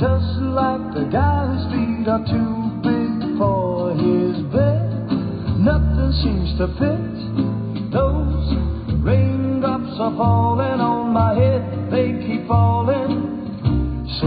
just like the guy whose feet are too big for his bed. Nothing seems to fit. Those raindrops are falling on my head. They keep falling. So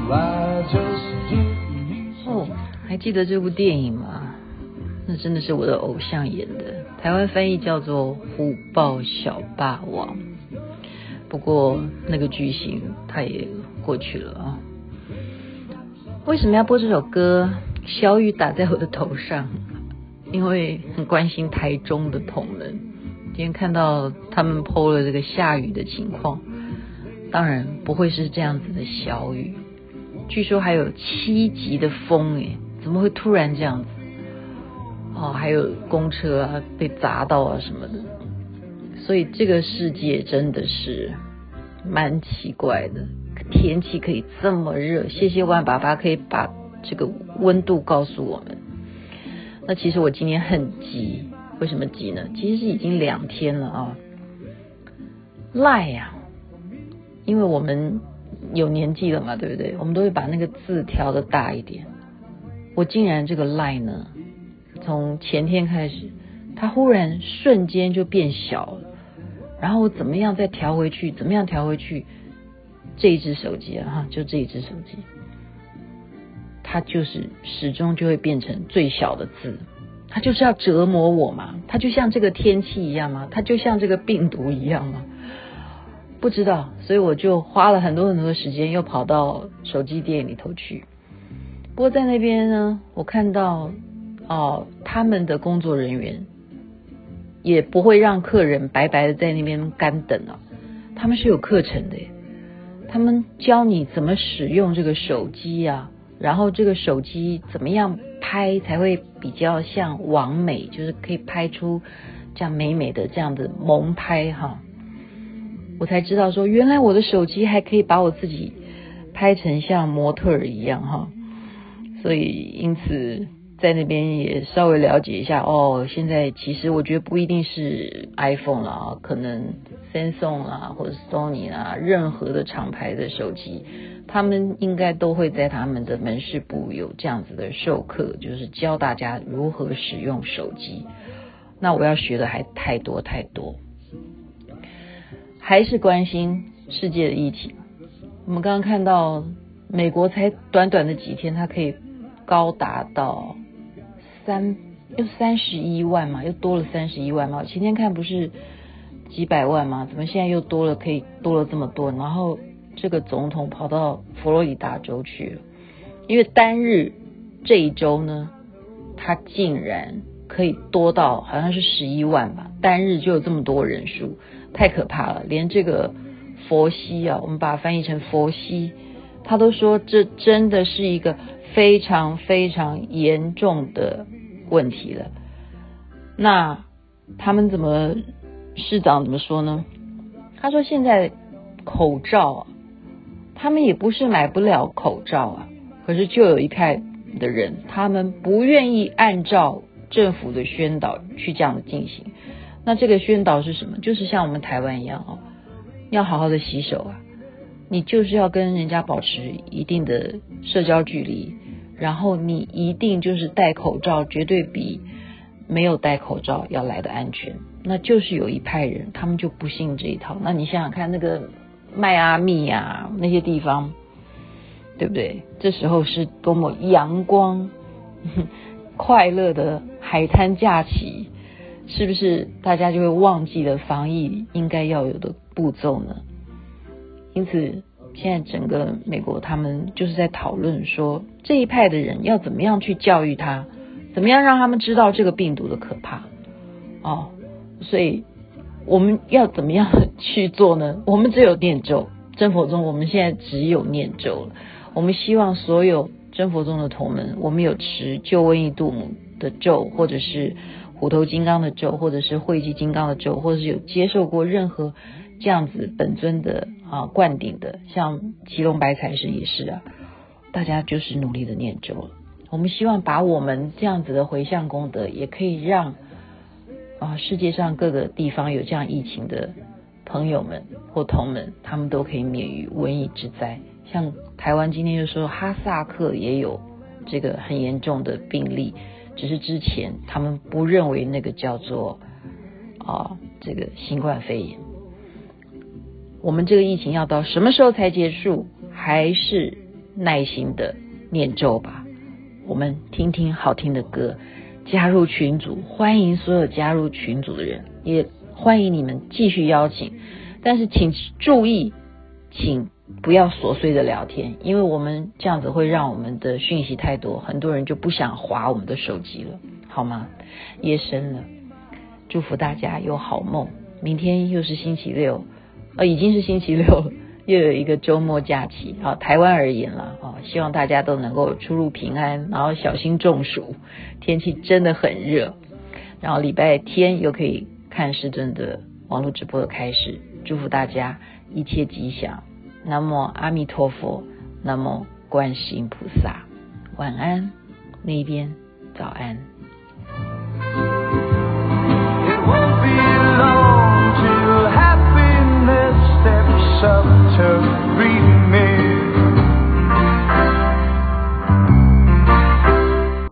I just give you 还记得这部电影吗？那真的是我的偶像演的，台湾翻译叫做《虎豹小霸王》。不过那个剧情它也过去了啊。为什么要播这首歌？小雨打在我的头上，因为很关心台中的同门。今天看到他们 po 了这个下雨的情况，当然不会是这样子的小雨，据说还有7级的风耶，怎么会突然这样子？还有公车啊被砸到啊什么的，所以这个世界真的是蛮奇怪的，天气可以这么热，谢谢万爸爸可以把这个温度告诉我们。那其实我今天很急，为什么急呢？其实已经2天了啊。赖呀，因为我们有年纪了嘛，对不对？我们都会把那个字调得大一点。我竟然这个赖呢，从前天开始，它忽然瞬间就变小了，然后怎么样再调回去？怎么样调回去？这一只手机啊，就这一只手机，它就是始终就会变成最小的字，它就是要折磨我嘛，它就像这个天气一样吗？它就像这个病毒一样吗？不知道，所以我就花了很多很多的时间，又跑到手机店里头去。不过在那边呢，我看到他们的工作人员也不会让客人白白的在那边干等啊，他们是有课程的耶，他们教你怎么使用这个手机啊，然后这个手机怎么样拍才会比较像网美，就是可以拍出这样美美的这样的萌拍哈。我才知道说，原来我的手机还可以把我自己拍成像模特儿一样哈。所以因此在那边也稍微了解一下现在其实我觉得不一定是 iPhone 啦，可能 Samsung 啦或者 Sony 啦，任何的厂牌的手机，他们应该都会在他们的门市部有这样子的授课，就是教大家如何使用手机。那我要学的还太多太多，还是关心世界的疫情。我们刚刚看到美国才短短的几天，它可以高达到又31万嘛，又多了31万嘛。前天看不是几百万嘛，怎么现在又多了，可以多了这么多？然后这个总统跑到佛罗里达州去了，因为单日这一周呢，他竟然可以多到好像是11万吧，单日就有这么多人数，太可怕了。连这个佛西啊，我们把它翻译成佛西，他都说这真的是一个非常非常严重的问题了。那他们市长怎么说呢？他说现在口罩啊，他们也不是买不了口罩啊，可是就有一派的人，他们不愿意按照政府的宣导去这样的进行。那这个宣导是什么？就是像我们台湾一样要好好的洗手啊，你就是要跟人家保持一定的社交距离，然后你一定就是戴口罩，绝对比没有戴口罩要来的安全。那就是有一派人，他们就不信这一套。那你想想看，那个迈阿密啊那些地方，对不对？这时候是多么阳光快乐的海滩假期，是不是大家就会忘记了防疫应该要有的步骤呢？因此现在整个美国他们就是在讨论说，这一派的人要怎么样去教育他，怎么样让他们知道这个病毒的可怕所以我们要怎么样去做呢？我们只有念咒，真佛宗我们现在只有念咒了。我们希望所有真佛宗的同门，我们有持救瘟疫度母的咒，或者是虎头金刚的咒，或者是慧济金刚的咒，或者是有接受过任何这样子本尊的灌顶的，像祁隆白财神也是啊，大家就是努力的念咒了。我们希望把我们这样子的回向功德，也可以让世界上各个地方有这样疫情的朋友们或同们，他们都可以免于瘟疫之灾。 像台湾今天就说哈萨克也有这个很严重的病例，只是之前他们不认为那个叫做这个新冠肺炎。我们这个疫情要到什么时候才结束？还是耐心的念咒吧。我们听听好听的歌，加入群组，欢迎所有加入群组的人，也欢迎你们继续邀请，但是请注意，请不要琐碎的聊天，因为我们这样子会让我们的讯息太多，很多人就不想滑我们的手机了，好吗？夜深了，祝福大家有好梦。明天又是星期六，已经是星期六了，又有一个周末假期，台湾而言了，希望大家都能够出入平安，然后小心中暑，天气真的很热，然后礼拜天又可以看师尊的网络直播的开始，祝福大家一切吉祥。南无阿弥陀佛，南无观世音菩萨。晚安，那边早安。